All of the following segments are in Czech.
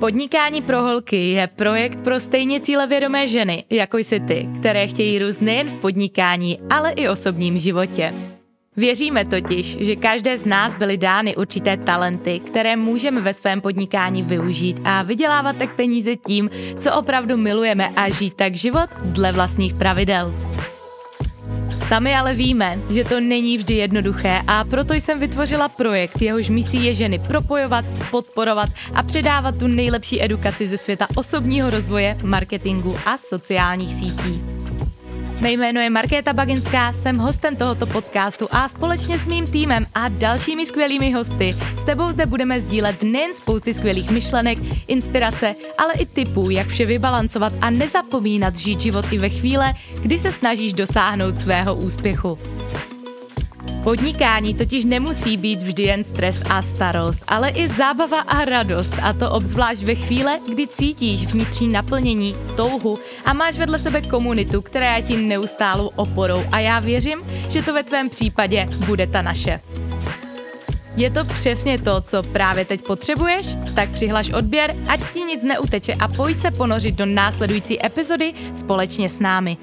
Podnikání pro holky je projekt pro stejně cílevědomé ženy, jako jsi ty, které chtějí růst nejen v podnikání, ale i osobním životě. Věříme totiž, že každé z nás byly dány určité talenty, které můžeme ve svém podnikání využít a vydělávat tak peníze tím, co opravdu milujeme a žít tak život dle vlastních pravidel. Sami ale víme, že to není vždy jednoduché a proto jsem vytvořila projekt, jehož misí je ženy propojovat, podporovat a předávat tu nejlepší edukaci ze světa osobního rozvoje, marketingu a sociálních sítí. Mé jméno je Markéta Baginská, jsem hostem tohoto podcastu a společně s mým týmem a dalšími skvělými hosty s tebou zde budeme sdílet nejen spousty skvělých myšlenek, inspirace, ale i tipů, jak vše vybalancovat a nezapomínat žít život i ve chvíle, kdy se snažíš dosáhnout svého úspěchu. Podnikání totiž nemusí být vždy jen stres a starost, ale i zábava a radost, a to obzvlášť ve chvíli, kdy cítíš vnitřní naplnění, touhu a máš vedle sebe komunitu, která je ti neustálou oporou, a já věřím, že to ve tvém případě bude ta naše. Je to přesně to, co právě teď potřebuješ? Tak přihlaš odběr, ať ti nic neuteče a pojď se ponořit do následující epizody společně s námi.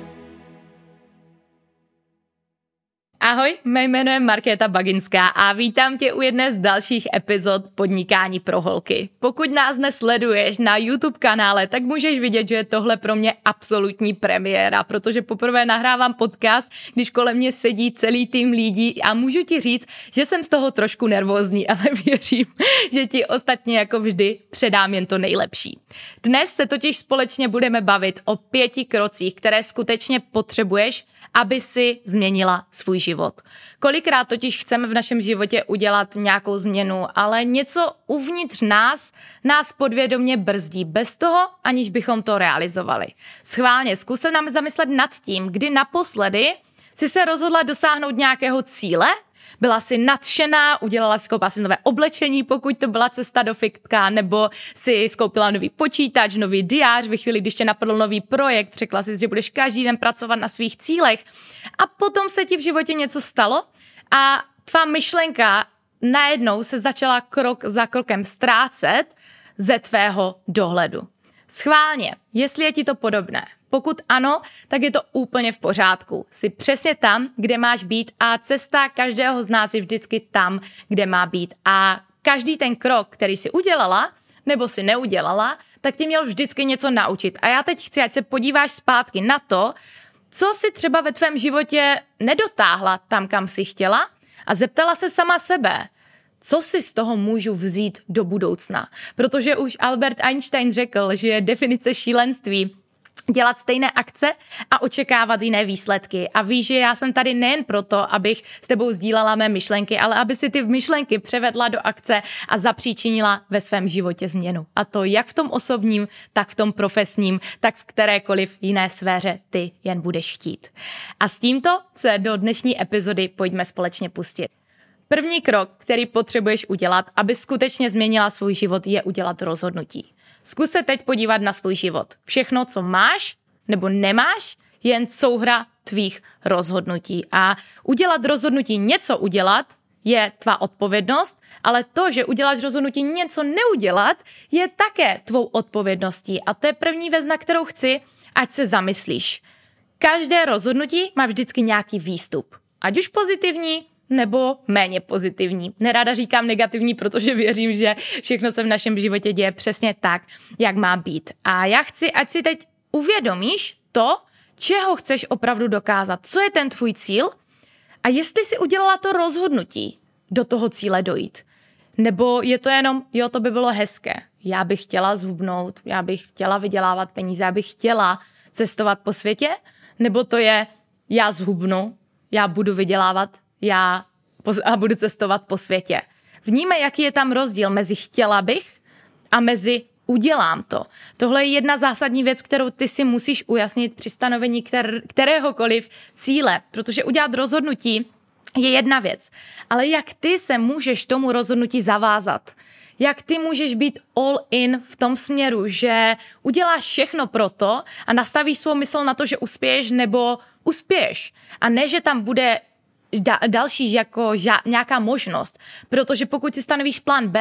Ahoj, mé jméno je Markéta Baginská a vítám tě u jedné z dalších epizod Podnikání pro holky. Pokud nás nesleduješ na YouTube kanále, tak můžeš vidět, že je tohle pro mě absolutní premiéra, protože poprvé nahrávám podcast, když kolem mě sedí celý tým lidí, a můžu ti říct, že jsem z toho trošku nervózní, ale věřím, že ti ostatně jako vždy předám jen to nejlepší. Dnes se totiž společně budeme bavit o 5 krocích, které skutečně potřebuješ, aby si změnila svůj život. Kolikrát totiž chceme v našem životě udělat nějakou změnu, ale něco uvnitř nás podvědomě brzdí bez toho, aniž bychom to realizovali. Schválně zkus se nám zamyslet nad tím, kdy naposledy jsi se rozhodla dosáhnout nějakého cíle, byla jsi nadšená, koupila si nové oblečení, pokud to byla cesta do fitka, nebo si skoupila nový počítač, nový diář, ve chvíli, když tě napadl nový projekt, řekla si, že budeš každý den pracovat na svých cílech, a potom se ti v životě něco stalo a tvá myšlenka najednou se začala krok za krokem ztrácet ze tvého dohledu. Schválně, jestli je ti to podobné. Pokud ano, tak je to úplně v pořádku. Jsi přesně tam, kde máš být, a cesta každého z nás je vždycky tam, kde má být. A každý ten krok, který jsi udělala nebo si neudělala, tak ti měl vždycky něco naučit. A já teď chci, ať se podíváš zpátky na to, co jsi třeba ve tvém životě nedotáhla tam, kam jsi chtěla, a zeptala se sama sebe, co si z toho můžu vzít do budoucna. Protože už Albert Einstein řekl, že je definice šílenství dělat stejné akce a očekávat jiné výsledky. A víš, že já jsem tady nejen proto, abych s tebou sdílela mé myšlenky, ale aby si ty myšlenky převedla do akce a zapříčinila ve svém životě změnu. A to jak v tom osobním, tak v tom profesním, tak v kterékoliv jiné sféře ty jen budeš chtít. A s tímto se do dnešní epizody pojďme společně pustit. První krok, který potřebuješ udělat, aby skutečně změnila svůj život, je udělat rozhodnutí. Zkus se teď podívat na svůj život. Všechno, co máš nebo nemáš, je jen souhra tvých rozhodnutí. A udělat rozhodnutí něco udělat je tvá odpovědnost, ale to, že uděláš rozhodnutí něco neudělat, je také tvou odpovědností. A to je první věc, na kterou chci, ať se zamyslíš. Každé rozhodnutí má vždycky nějaký výstup. Ať už pozitivní, nebo méně pozitivní. Nerada říkám negativní, protože věřím, že všechno se v našem životě děje přesně tak, jak má být. A já chci, ať si teď uvědomíš to, čeho chceš opravdu dokázat, co je ten tvůj cíl, a jestli si udělala to rozhodnutí do toho cíle dojít. Nebo je to jenom, jo, to by bylo hezké. Já bych chtěla zhubnout, já bych chtěla vydělávat peníze, já bych chtěla cestovat po světě, nebo to je, já zhubnu, já budu vydělávat, já budu cestovat po světě. Vnímej, jaký je tam rozdíl mezi chtěla bych a mezi udělám to. Tohle je jedna zásadní věc, kterou ty si musíš ujasnit při stanovení kteréhokoliv cíle, protože udělat rozhodnutí je jedna věc, ale jak ty se můžeš tomu rozhodnutí zavázat? Jak ty můžeš být all in v tom směru, že uděláš všechno pro to a nastavíš svou mysl na to, že uspěješ nebo uspěješ. A ne, že tam bude další jako nějaká možnost. Protože pokud si stanovíš plán B,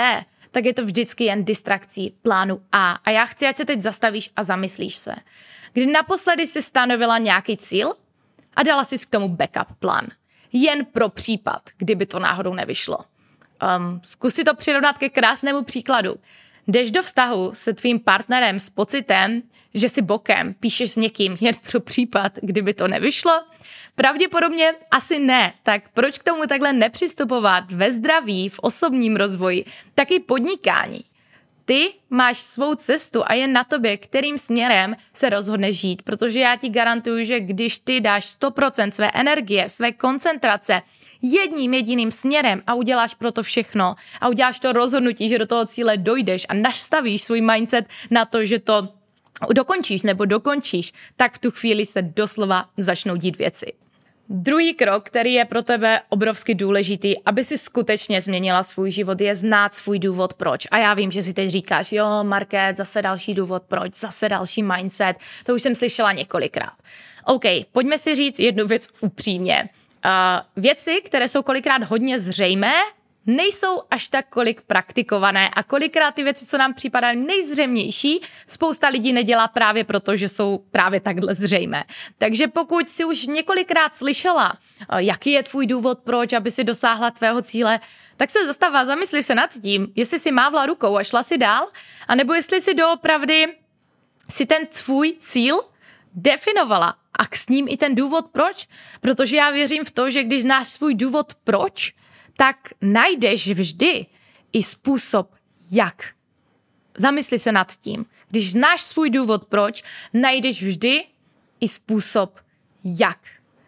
tak je to vždycky jen distrakcí plánu A. A já chci, ať se teď zastavíš a zamyslíš se. Kdy naposledy si stanovila nějaký cíl a dala si k tomu backup plán. Jen pro případ, kdyby to náhodou nevyšlo. Zkus si to přirovnat ke krásnému příkladu. Jdeš do vztahu se tvým partnerem s pocitem, že si bokem píšeš s někým jen pro případ, kdyby to nevyšlo? Pravděpodobně asi ne. Tak proč k tomu takhle nepřistupovat ve zdraví, v osobním rozvoji, taky podnikání? Ty máš svou cestu a je na tobě, kterým směrem se rozhodneš žít, protože já ti garantuju, že když ty dáš 100% své energie, své koncentrace jedním jediným směrem a uděláš pro to všechno a uděláš to rozhodnutí, že do toho cíle dojdeš a nastavíš svůj mindset na to, že to dokončíš nebo dokončíš, tak v tu chvíli se doslova začnou dít věci. Druhý krok, který je pro tebe obrovsky důležitý, aby si skutečně změnila svůj život, je znát svůj důvod proč. A já vím, že si teď říkáš, jo, Market, zase další důvod proč, zase další mindset, to už jsem slyšela několikrát. OK, pojďme si říct jednu věc upřímně. Věci, které jsou kolikrát hodně zřejmé, nejsou až tak kolik praktikované a kolikrát ty věci, co nám připadají nejzřejmější, spousta lidí nedělá právě proto, že jsou právě takhle zřejmé. Takže pokud si už několikrát slyšela, jaký je tvůj důvod, proč, aby si dosáhla tvého cíle, tak se zastav a zamysli se nad tím, jestli si mávla rukou a šla si dál, anebo jestli si doopravdy si ten svůj cíl definovala a s ním i ten důvod proč, protože já věřím v to, že když znáš svůj důvod proč, tak najdeš vždy i způsob jak. Zamysli se nad tím. Když znáš svůj důvod proč, najdeš vždy i způsob jak.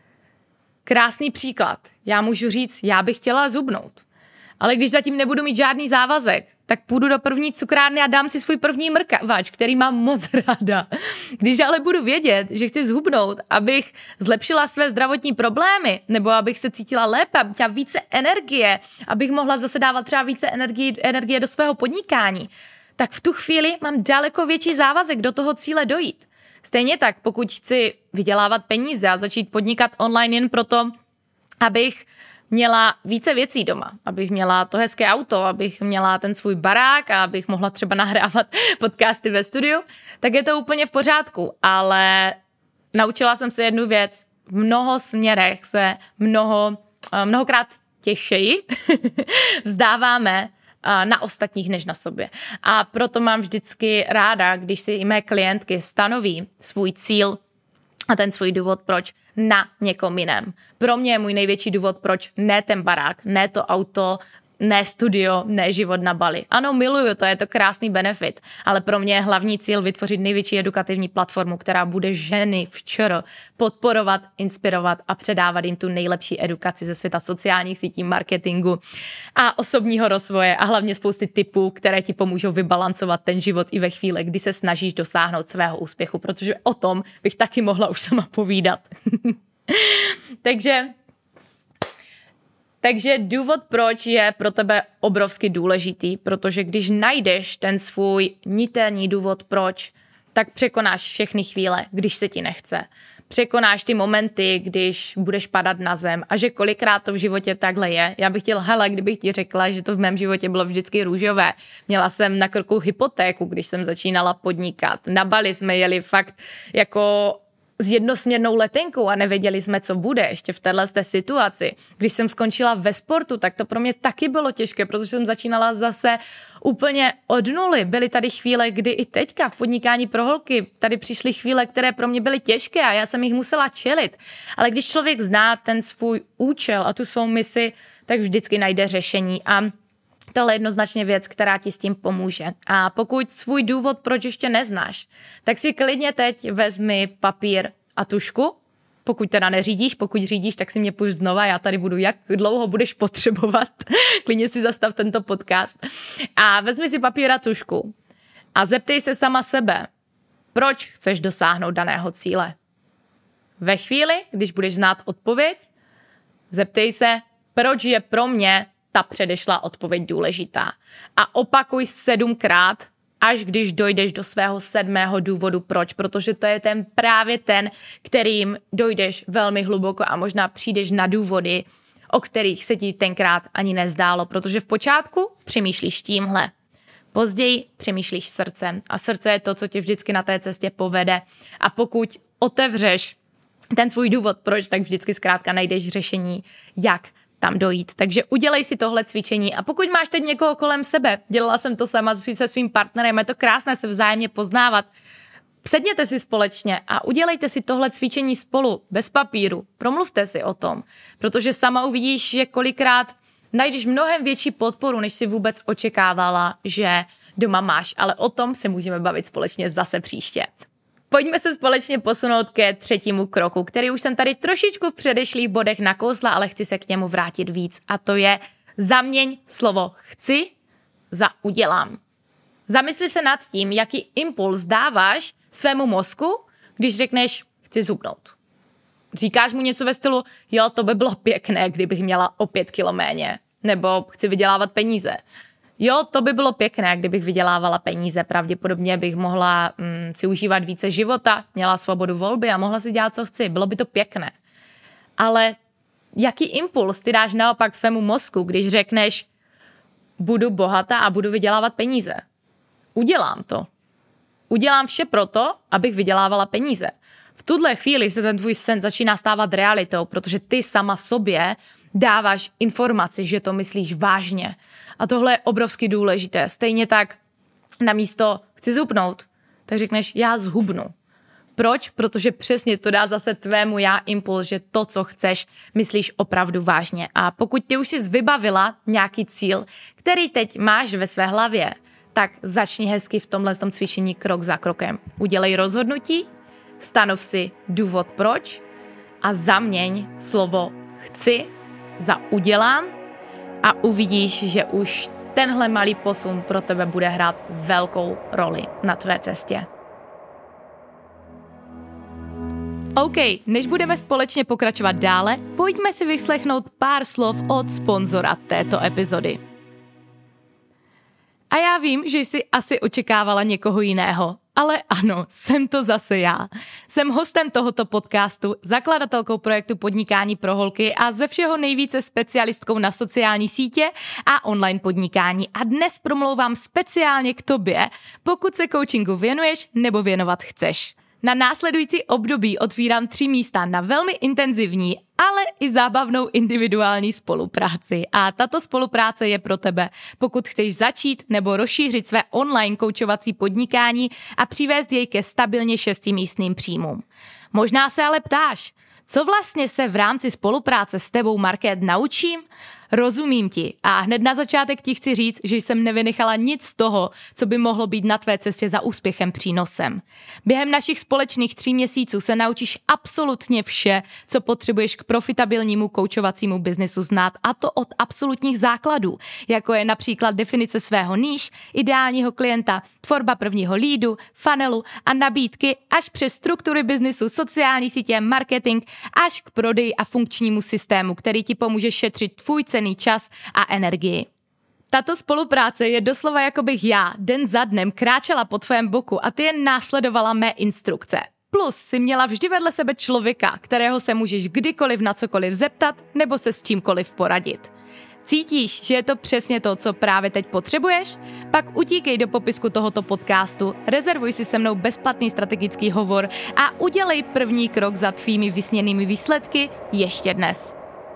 Krásný příklad. Já můžu říct, já bych chtěla zhubnout. Ale když zatím nebudu mít žádný závazek, tak půjdu do první cukrárny a dám si svůj první mrkavač, který mám moc ráda. Když ale budu vědět, že chci zhubnout, abych zlepšila své zdravotní problémy, nebo abych se cítila lépe, abych měla více energie, abych mohla zase dávat třeba více energie do svého podnikání, tak v tu chvíli mám daleko větší závazek do toho cíle dojít. Stejně tak, pokud chci vydělávat peníze a začít podnikat online jen proto, abych měla více věcí doma, abych měla to hezké auto, abych měla ten svůj barák a abych mohla třeba nahrávat podcasty ve studiu, tak je to úplně v pořádku, ale naučila jsem se jednu věc, v mnoho směrech se mnohokrát těžší vzdáváme na ostatních než na sobě. A proto mám vždycky ráda, když si i mé klientky stanoví svůj cíl a ten svůj důvod proč na někom jiném. Pro mě je můj největší důvod proč ne ten barák, ne to auto, ne studio, ne život na Bali. Ano, miluju to, je to krásný benefit, ale pro mě je hlavní cíl vytvořit největší edukativní platformu, která bude ženy včera podporovat, inspirovat a předávat jim tu nejlepší edukaci ze světa sociálních sítí, marketingu a osobního rozvoje a hlavně spousty tipů, které ti pomůžou vybalancovat ten život i ve chvíli, kdy se snažíš dosáhnout svého úspěchu, protože o tom bych taky mohla už sama povídat. Takže důvod, proč je pro tebe obrovsky důležitý, protože když najdeš ten svůj niterný důvod, proč, tak překonáš všechny chvíle, když se ti nechce. Překonáš ty momenty, když budeš padat na zem a že kolikrát to v životě takhle je. Já bych kdybych ti řekla, že to v mém životě bylo vždycky růžové. Měla jsem na krku hypotéku, když jsem začínala podnikat. Na Bali jsme jeli fakt jako s jednosměrnou letenkou a nevěděli jsme, co bude ještě v této situaci. Když jsem skončila ve sportu, tak to pro mě taky bylo těžké, protože jsem začínala zase úplně od nuly. Byly tady chvíle, kdy i teďka v podnikání pro holky tady přišly chvíle, které pro mě byly těžké a já jsem jich musela čelit. Ale když člověk zná ten svůj účel a tu svou misi, tak vždycky najde řešení a tohle je jednoznačně věc, která ti s tím pomůže. A pokud svůj důvod, proč ještě neznáš, tak si klidně teď vezmi papír a tužku. Pokud teda neřídíš, pokud řídíš, tak si mě puš znova, já tady budu, jak dlouho budeš potřebovat. Klidně si zastav tento podcast. A vezmi si papír a tužku a zeptej se sama sebe, proč chceš dosáhnout daného cíle. Ve chvíli, když budeš znát odpověď, zeptej se, proč je pro mě ta předešlá odpověď důležitá. A opakuj 7krát, až když dojdeš do svého 7. důvodu proč, protože to je právě ten, kterým dojdeš velmi hluboko a možná přijdeš na důvody, o kterých se ti tenkrát ani nezdálo, protože v počátku přemýšlíš tímhle. Později přemýšlíš srdcem a srdce je to, co tě vždycky na té cestě povede a pokud otevřeš ten svůj důvod, proč, tak vždycky zkrátka najdeš řešení, jak tam dojít. Takže udělej si tohle cvičení a pokud máš teď někoho kolem sebe, dělala jsem to sama se svým partnerem, je to krásné se vzájemně poznávat, sedněte si společně a udělejte si tohle cvičení spolu, bez papíru, promluvte si o tom, protože sama uvidíš, že kolikrát najdeš mnohem větší podporu, než si vůbec očekávala, že doma máš, ale o tom se můžeme bavit společně zase příště. Pojďme se společně posunout ke třetímu kroku, který už jsem tady trošičku v předešlých bodech nakousla, ale chci se k němu vrátit víc. A to je zaměň slovo chci za udělám. Zamysli se nad tím, jaký impuls dáváš svému mozku, když řekneš chci zhubnout. Říkáš mu něco ve stylu, jo, to by bylo pěkné, kdybych měla o 5 kilo méně. Nebo chci vydělávat peníze. Jo, to by bylo pěkné, kdybych vydělávala peníze. Pravděpodobně bych mohla si užívat více života, měla svobodu volby a mohla si dělat, co chci. Bylo by to pěkné. Ale jaký impuls ty dáš naopak svému mozku, když řekneš budu bohatá a budu vydělávat peníze? Udělám to. Udělám vše proto, abych vydělávala peníze. V tuhle chvíli se ten tvůj sen začíná stávat realitou, protože ty sama sobě dáváš informaci, že to myslíš vážně. A tohle je obrovsky důležité. Stejně tak namísto chci zhubnout, tak řekneš já zhubnu. Proč? Protože přesně to dá zase tvému já impuls, že to, co chceš, myslíš opravdu vážně. A pokud ty už jsi vybavila nějaký cíl, který teď máš ve své hlavě, tak začni hezky v tomhle cvičení krok za krokem. Udělej rozhodnutí, stanov si důvod proč a zaměň slovo chci za udělám a uvidíš, že už tenhle malý posun pro tebe bude hrát velkou roli na tvé cestě. OK, než budeme společně pokračovat dále, pojďme si vyslechnout pár slov od sponzora této epizody. A já vím, že jsi asi očekávala někoho jiného, ale ano, jsem to zase já. Jsem hostem tohoto podcastu, zakladatelkou projektu Podnikání pro holky a ze všeho nejvíce specialistkou na sociální sítě a online podnikání. A dnes promlouvám speciálně k tobě, pokud se coachingu věnuješ nebo věnovat chceš. Na následující období otvírám 3 místa na velmi intenzivní, ale i zábavnou individuální spolupráci. A tato spolupráce je pro tebe, pokud chceš začít nebo rozšířit své online koučovací podnikání a přivést jej ke stabilně 6místným příjmům. Možná se ale ptáš, co vlastně se v rámci spolupráce s tebou, Markéto, naučím? Rozumím ti a hned na začátek ti chci říct, že jsem nevynechala nic z toho, co by mohlo být na tvé cestě za úspěchem přínosem. Během našich společných 3 měsíců se naučíš absolutně vše, co potřebuješ k profitabilnímu koučovacímu biznesu znát, a to od absolutních základů, jako je například definice svého níž, ideálního klienta, tvorba prvního leadu, funnelu a nabídky až přes struktury biznesu, sociální sítě, marketing, až k prodeji a funkčnímu systému, který ti pomůže šetřit tvůj cenný čas a energii. Tato spolupráce je doslova, jako bych já den za dnem kráčela po tvém boku a ty jen následovala mé instrukce. Plus si měla vždy vedle sebe člověka, kterého se můžeš kdykoliv na cokoliv zeptat nebo se s čímkoliv poradit. Cítíš, že je to přesně to, co právě teď potřebuješ? Pak utíkej do popisku tohoto podcastu, rezervuj si se mnou bezplatný strategický hovor a udělej první krok za tvými vysněnými výsledky ještě dnes.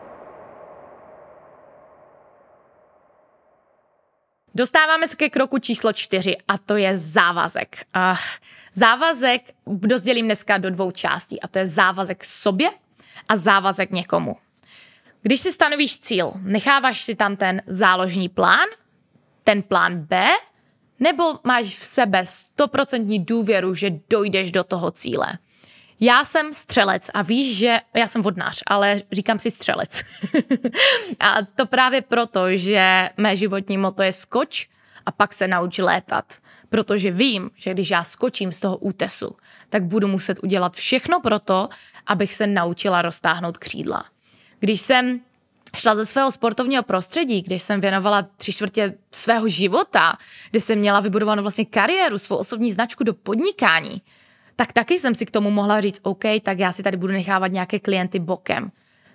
Dostáváme se ke kroku číslo 4 a to je závazek. Závazek rozdělím dneska do 2 částí a to je závazek sobě a závazek někomu. Když si stanovíš cíl, necháváš si tam ten záložní plán, ten plán B, nebo máš v sebe 100% důvěru, že dojdeš do toho cíle. Já jsem střelec a víš, že já jsem vodnář, ale říkám si střelec. A to právě proto, že mé životní motto je skoč a pak se nauč létat. Protože vím, že když já skočím z toho útesu, tak budu muset udělat všechno pro to, abych se naučila roztáhnout křídla. Když jsem šla ze svého sportovního prostředí, když jsem věnovala 3/4 svého života, kde jsem měla vybudovanou vlastně kariéru, svou osobní značku do podnikání, tak taky jsem si k tomu mohla říct, OK, tak já si tady budu nechávat nějaké klienty bokem.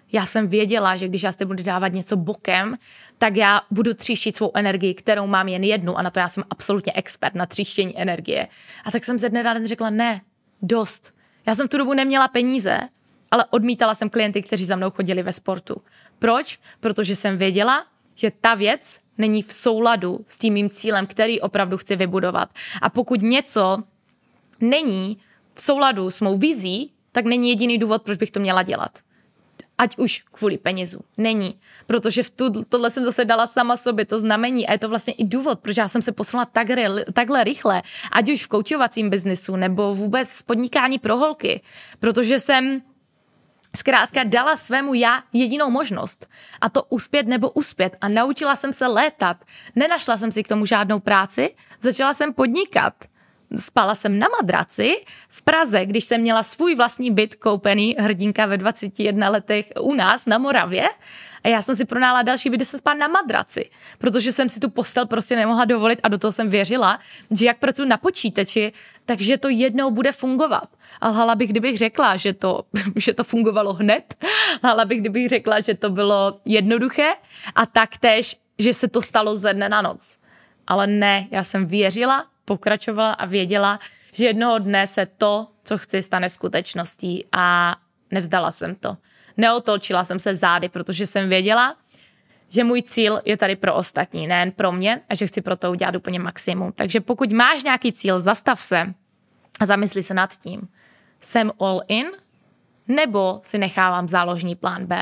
Já jsem věděla, že když já si budu dávat něco bokem, tak já budu tříštit svou energii, kterou mám jen jednu a na to já jsem absolutně expert na tříštění energie. A tak jsem ze dne na den řekla, ne, dost. Já jsem v tu dobu neměla peníze, ale odmítala jsem klienty, kteří za mnou chodili ve sportu. Proč? Protože jsem věděla, že ta věc není v souladu s tím mým cílem, který opravdu chci vybudovat. A pokud něco není v souladu s mou vizí, tak není jediný důvod, proč bych to měla dělat. Ať už kvůli penězu. Není. Protože tohle jsem zase dala sama sobě, to znamení. A je to vlastně i důvod, proč já jsem se posunula takhle rychle. Ať už v koučovacím biznisu, nebo vůbec podnikání pro holky. Protože jsem zkrátka dala svému já jedinou možnost. A to uspět nebo uspět. A naučila jsem se létat. Nenašla jsem si k tomu žádnou práci. Začala jsem podnikat. Spala jsem na madraci v Praze, když jsem měla svůj vlastní byt koupený, hrdinka ve 21 letech u nás na Moravě. A já jsem si pronála další byt, kde jsem spala na madraci, protože jsem si tu postel prostě nemohla dovolit a do toho jsem věřila, že jak pracuji na počítači, takže to jednou bude fungovat. A lhala bych, kdybych řekla, že to fungovalo hned. Lhala bych, kdybych řekla, že to bylo jednoduché a taktéž, že se to stalo ze dne na noc. Ale ne, já jsem věřila, pokračovala a věděla, že jednoho dne se to, co chci, stane skutečností a nevzdala jsem to. Neotočila jsem se zády, protože jsem věděla, že můj cíl je tady pro ostatní, nejen pro mě a že chci pro to udělat úplně maximum. Takže pokud máš nějaký cíl, zastav se a zamysli se nad tím. Jsem all in nebo si nechávám záložní plán B?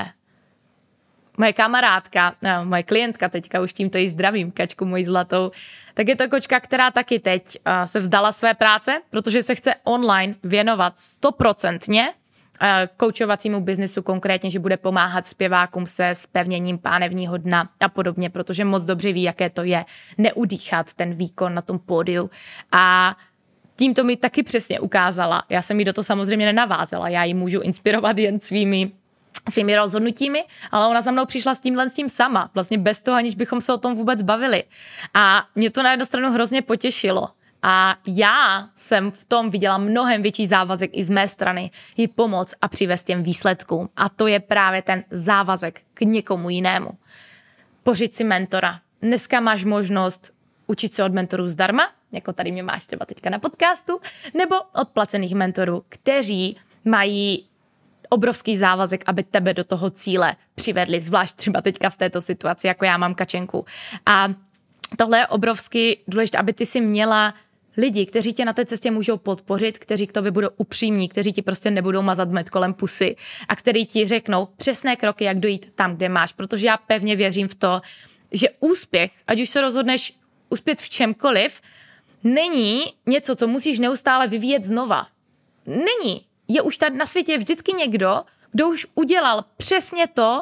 Moje kamarádka, moje klientka, teďka už tímto jí zdravím, Kačku moji zlatou, tak je to kočka, která taky teď se vzdala své práce, protože se chce online věnovat 100% koučovacímu biznisu, konkrétně, že bude pomáhat zpěvákům se zpevněním pánevního dna a podobně, protože moc dobře ví, jaké to je neudýchat ten výkon na tom pódiu. A tímto mi taky přesně ukázala. Já jsem jí do toho samozřejmě nenavázela, já ji můžu inspirovat jen svými rozhodnutími, ale ona za mnou přišla s tím sama, vlastně bez toho, aniž bychom se o tom vůbec bavili. A mě to na jednu stranu hrozně potěšilo. A já jsem v tom viděla mnohem větší závazek i z mé strany, jí pomoct a přivést těm výsledkům. A to je právě ten závazek k někomu jinému. Pořiď si mentora. Dneska máš možnost učit se od mentorů zdarma, jako tady mě máš třeba teďka na podcastu, nebo od placených mentorů, kteří mají obrovský závazek, aby tebe do toho cíle přivedli, zvlášť třeba teďka v této situaci, jako já mám Kačenku. A tohle je obrovsky důležité, aby ty si měla lidi, kteří tě na té cestě můžou podpořit, kteří k tobě budou upřímní, kteří ti prostě nebudou mazat med kolem pusy a kteří ti řeknou přesné kroky, jak dojít tam, kde máš, protože já pevně věřím v to, že úspěch, ať už se rozhodneš uspět v čemkoliv, není něco, co musíš neustále vyvíjet znova. Není. Je už tady na světě vždycky někdo, kdo už udělal přesně to,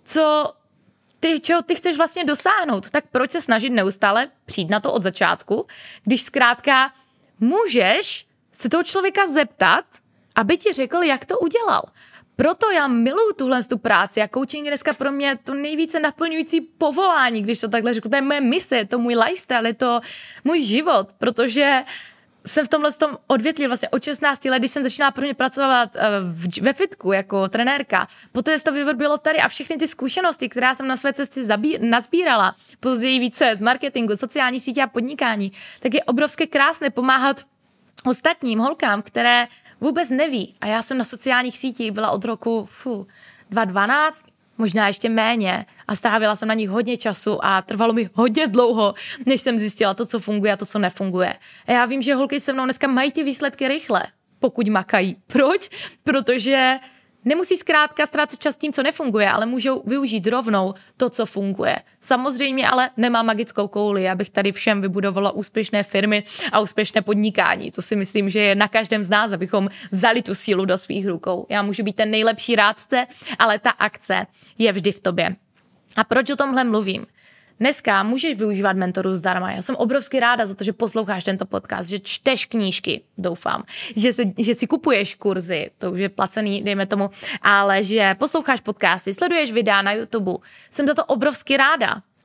čeho ty chceš vlastně dosáhnout. Tak proč se snažit neustále přijít na to od začátku, když zkrátka můžeš se toho člověka zeptat, aby ti řekl, jak to udělal. Proto já miluju tuhle práci a coaching je dneska pro mě to nejvíce naplňující povolání, když to takhle řeknu. To je moje mise, je to můj lifestyle, je to můj život, protože jsem v tomhle odvětví vlastně od 16 let, když jsem začínala prvně pracovat ve fitku jako trenérka. Poté to vyvrbilo tady a všechny ty zkušenosti, které jsem na své cestě nazbírala, později více z marketingu, sociální sítě a podnikání, tak je obrovské krásné pomáhat ostatním holkám, které vůbec neví. A já jsem na sociálních sítích byla od roku 2012, možná ještě méně a strávila jsem na nich hodně času a trvalo mi hodně dlouho, než jsem zjistila to, co funguje a to, co nefunguje. A já vím, že holky se mnou dneska mají ty výsledky rychle, pokud makají. Proč? Protože nemusí zkrátka ztrácet čas tím, co nefunguje, ale můžou využít rovnou to, co funguje. Samozřejmě ale nemá magickou kouli, abych tady všem vybudovala úspěšné firmy a úspěšné podnikání. To si myslím, že je na každém z nás, abychom vzali tu sílu do svých rukou. Já můžu být ten nejlepší rádce, ale ta akce je vždy v tobě. A proč o tomhle mluvím? Dneska můžeš využívat mentorů zdarma. Já jsem obrovsky ráda za to, že posloucháš tento podcast, že čteš knížky, doufám, že si kupuješ kurzy, to už je placený, dejme tomu, ale že posloucháš podcasty, sleduješ videa na YouTube. Jsem za to obrovsky ráda.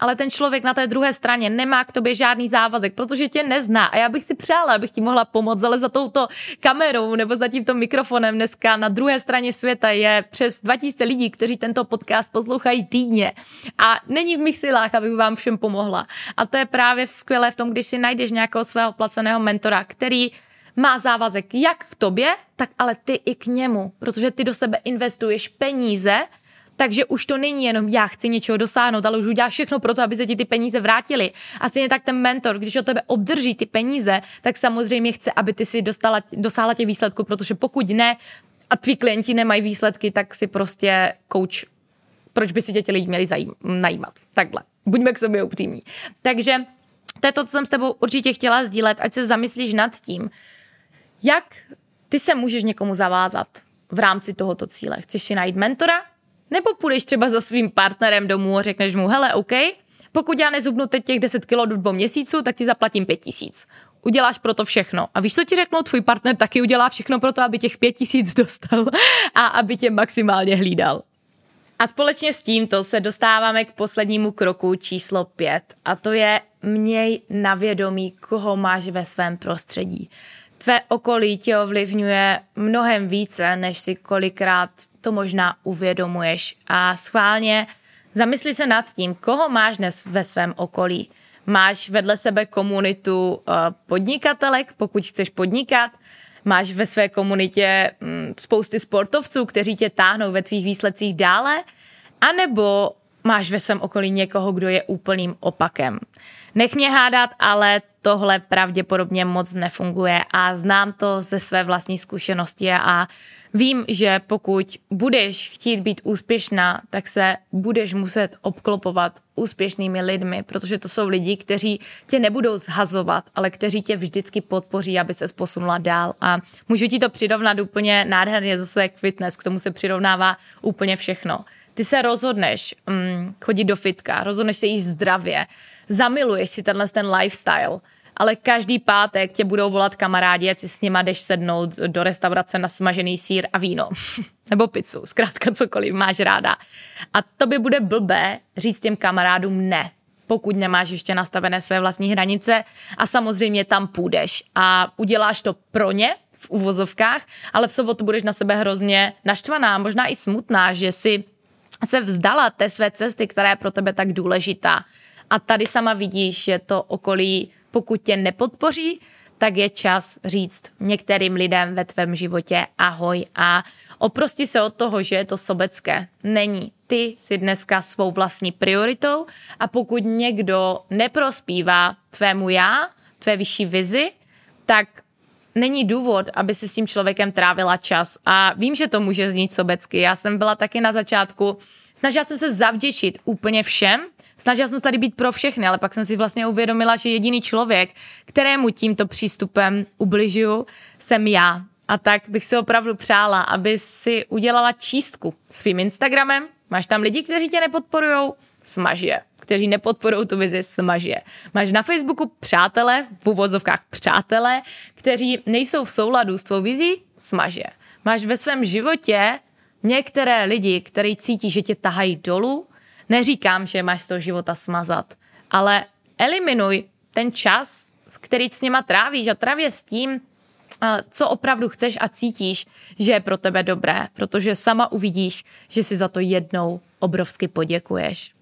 ale ten člověk na té druhé straně nemá k tobě žádný závazek, protože tě nezná a já bych si přála, abych ti mohla pomoct, ale za touto kamerou nebo za tímto mikrofonem dneska na druhé straně světa je přes 2000 lidí, kteří tento podcast poslouchají týdně a není v mých silách, abych vám všem pomohla. A to je právě skvělé v tom, když si najdeš nějakého svého placeného mentora, který má závazek jak k tobě, tak ale ty i k němu, protože ty do sebe investuješ peníze, takže už to není jenom já chci něčeho dosáhnout, ale už uděláš všechno pro to, aby se ti ty peníze vrátily. A stejně tak ten mentor, když od tebe obdrží ty peníze, tak samozřejmě chce, aby ty si dosáhla těch výsledků, protože pokud ne a tví klienti nemají výsledky, tak si prostě coach, proč by si tě lidi měli najímat. Takhle. Buďme k sobě upřímní. Takže to je to, co jsem s tebou určitě chtěla sdílet, ať se zamyslíš nad tím, jak ty se můžeš někomu zavázat v rámci tohoto cíle. Chceš si najít mentora? Nebo půjdeš třeba za svým partnerem domů a řekneš mu, hele, OK, pokud já nezhubnu teď těch 10 kilo do 2 měsíců, tak ti zaplatím 5000. Uděláš pro to všechno. A víš, co ti řeknou? Tvůj partner taky udělá všechno pro to, aby těch 5000 dostal a aby tě maximálně hlídal. A společně s tímto se dostáváme k poslednímu kroku číslo 5 a to je měj na vědomí, koho máš ve svém prostředí. Tvé okolí tě ovlivňuje mnohem více, než si kolikrát to možná uvědomuješ. A schválně zamysli se nad tím, koho máš dnes ve svém okolí. Máš vedle sebe komunitu podnikatelek, pokud chceš podnikat. Máš ve své komunitě spousty sportovců, kteří tě táhnou ve tvých výsledcích dále. A nebo máš ve svém okolí někoho, kdo je úplným opakem. Nech mě hádat, ale tohle pravděpodobně moc nefunguje a znám to ze své vlastní zkušenosti a vím, že pokud budeš chtít být úspěšná, tak se budeš muset obklopovat úspěšnými lidmi, protože to jsou lidi, kteří tě nebudou zhazovat, ale kteří tě vždycky podpoří, aby ses posunula dál. A můžu ti to přirovnat úplně nádherně zase k fitness, k tomu se přirovnává úplně všechno. Ty se rozhodneš chodit do fitka, rozhodneš se jíst zdravě, zamiluješ si ten lifestyle, ale každý pátek tě budou volat kamarádi, ať si s nima jdeš sednout do restaurace na smažený sýr a víno. Nebo pizzu, zkrátka cokoliv máš ráda. A to by bude blbé říct těm kamarádům ne, pokud nemáš ještě nastavené své vlastní hranice a samozřejmě tam půjdeš a uděláš to pro ně v uvozovkách, ale v sobotu budeš na sebe hrozně naštvaná, možná i smutná, že si se vzdala té své cesty, která je pro tebe tak důležitá. A tady sama vidíš, že to okolí, pokud tě nepodpoří, tak je čas říct některým lidem ve tvém životě ahoj a oprosti se od toho, že je to sobecké. Není. Ty jsi dneska svou vlastní prioritou a pokud někdo neprospívá tvému já, tvé vyšší vizi, tak není důvod, aby si s tím člověkem trávila čas. A vím, že to může znít sobecky. Já jsem byla taky na začátku, snažila jsem se zavděčit úplně všem, snažila jsem se tady být pro všechny, ale pak jsem si vlastně uvědomila, že jediný člověk, kterému tímto přístupem ubližuju, jsem já. A tak bych si opravdu přála, aby si udělala čistku svým Instagramem. Máš tam lidi, kteří tě nepodporujou? Smaž je. Kteří nepodporují tu vizi, smaž je. Máš na Facebooku přátele, v uvozovkách přátele, kteří nejsou v souladu s tvou vizí? Smaž je. Máš ve svém životě některé lidi, kteří cítí, že tě tahají dolů? Neříkám, že máš z toho života smazat, ale eliminuj ten čas, který s nima trávíš a trávě s tím, co opravdu chceš a cítíš, že je pro tebe dobré, protože sama uvidíš, že si za to jednou obrovsky poděkuješ.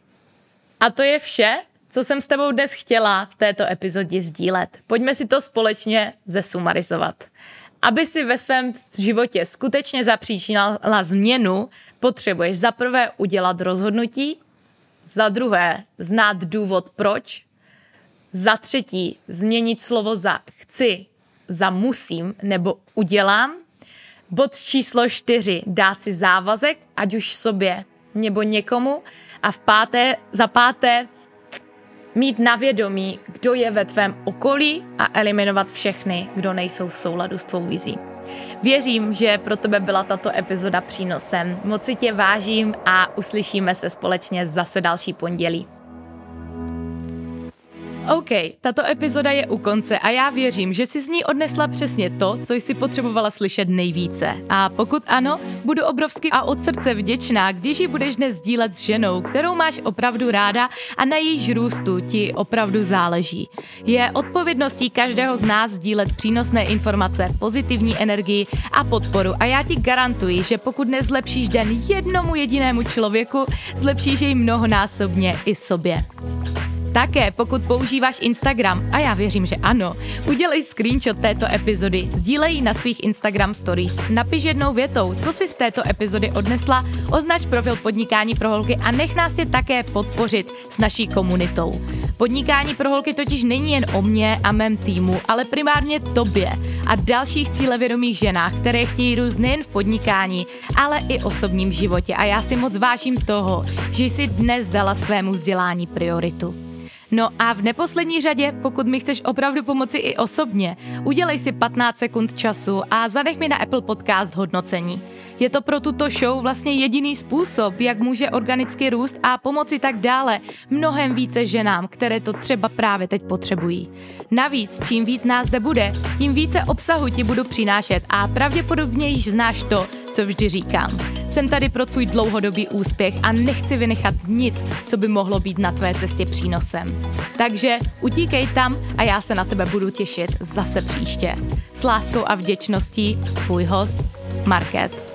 A to je vše, co jsem s tebou dnes chtěla v této epizodě sdílet. Pojďme si to společně zesumarizovat. Aby si ve svém životě skutečně zapříčinila změnu, potřebuješ za prvé udělat rozhodnutí, za druhé znát důvod proč, za třetí změnit slovo za chci, za musím nebo udělám, bod číslo 4 dát si závazek, ať už sobě nebo někomu a za páté mít na vědomí, kdo je ve tvém okolí a eliminovat všechny, kdo nejsou v souladu s tvou vizí. Věřím, že pro tebe byla tato epizoda přínosem. Moc si tě vážím a uslyšíme se společně zase další pondělí. OK, tato epizoda je u konce a já věřím, že jsi z ní odnesla přesně to, co jsi potřebovala slyšet nejvíce. A pokud ano, budu obrovsky a od srdce vděčná, když ji budeš dnes sdílet s ženou, kterou máš opravdu ráda a na jejíž růstu ti opravdu záleží. Je odpovědností každého z nás sdílet přínosné informace, pozitivní energii a podporu a já ti garantuji, že pokud nezlepšíš den jednomu jedinému člověku, zlepšíš jej mnohonásobně i sobě. Také pokud používáš Instagram, a já věřím, že ano, udělej screenshot této epizody, sdílej ji na svých Instagram stories, napiš jednou větou, co si z této epizody odnesla, označ profil Podnikání pro holky a nech nás je také podpořit s naší komunitou. Podnikání pro holky totiž není jen o mně a mém týmu, ale primárně tobě a dalších cílevědomých ženách, které chtějí růst nejen v podnikání, ale i osobním životě a já si moc vážím toho, že jsi dnes dala svému vzdělání prioritu. No a v neposlední řadě, pokud mi chceš opravdu pomoci i osobně, udělej si 15 sekund času a zanech mi na Apple Podcast hodnocení. Je to pro tuto show vlastně jediný způsob, jak může organicky růst a pomoci tak dále mnohem více ženám, které to třeba právě teď potřebují. Navíc, čím víc nás zde bude, tím více obsahu ti budu přinášet a pravděpodobně již znáš to, co vždy říkám. Jsem tady pro tvůj dlouhodobý úspěch a nechci vynechat nic, co by mohlo být na tvé cestě přínosem. Takže utíkej tam a já se na tebe budu těšit zase příště. S láskou a vděčností, tvůj host Markéta.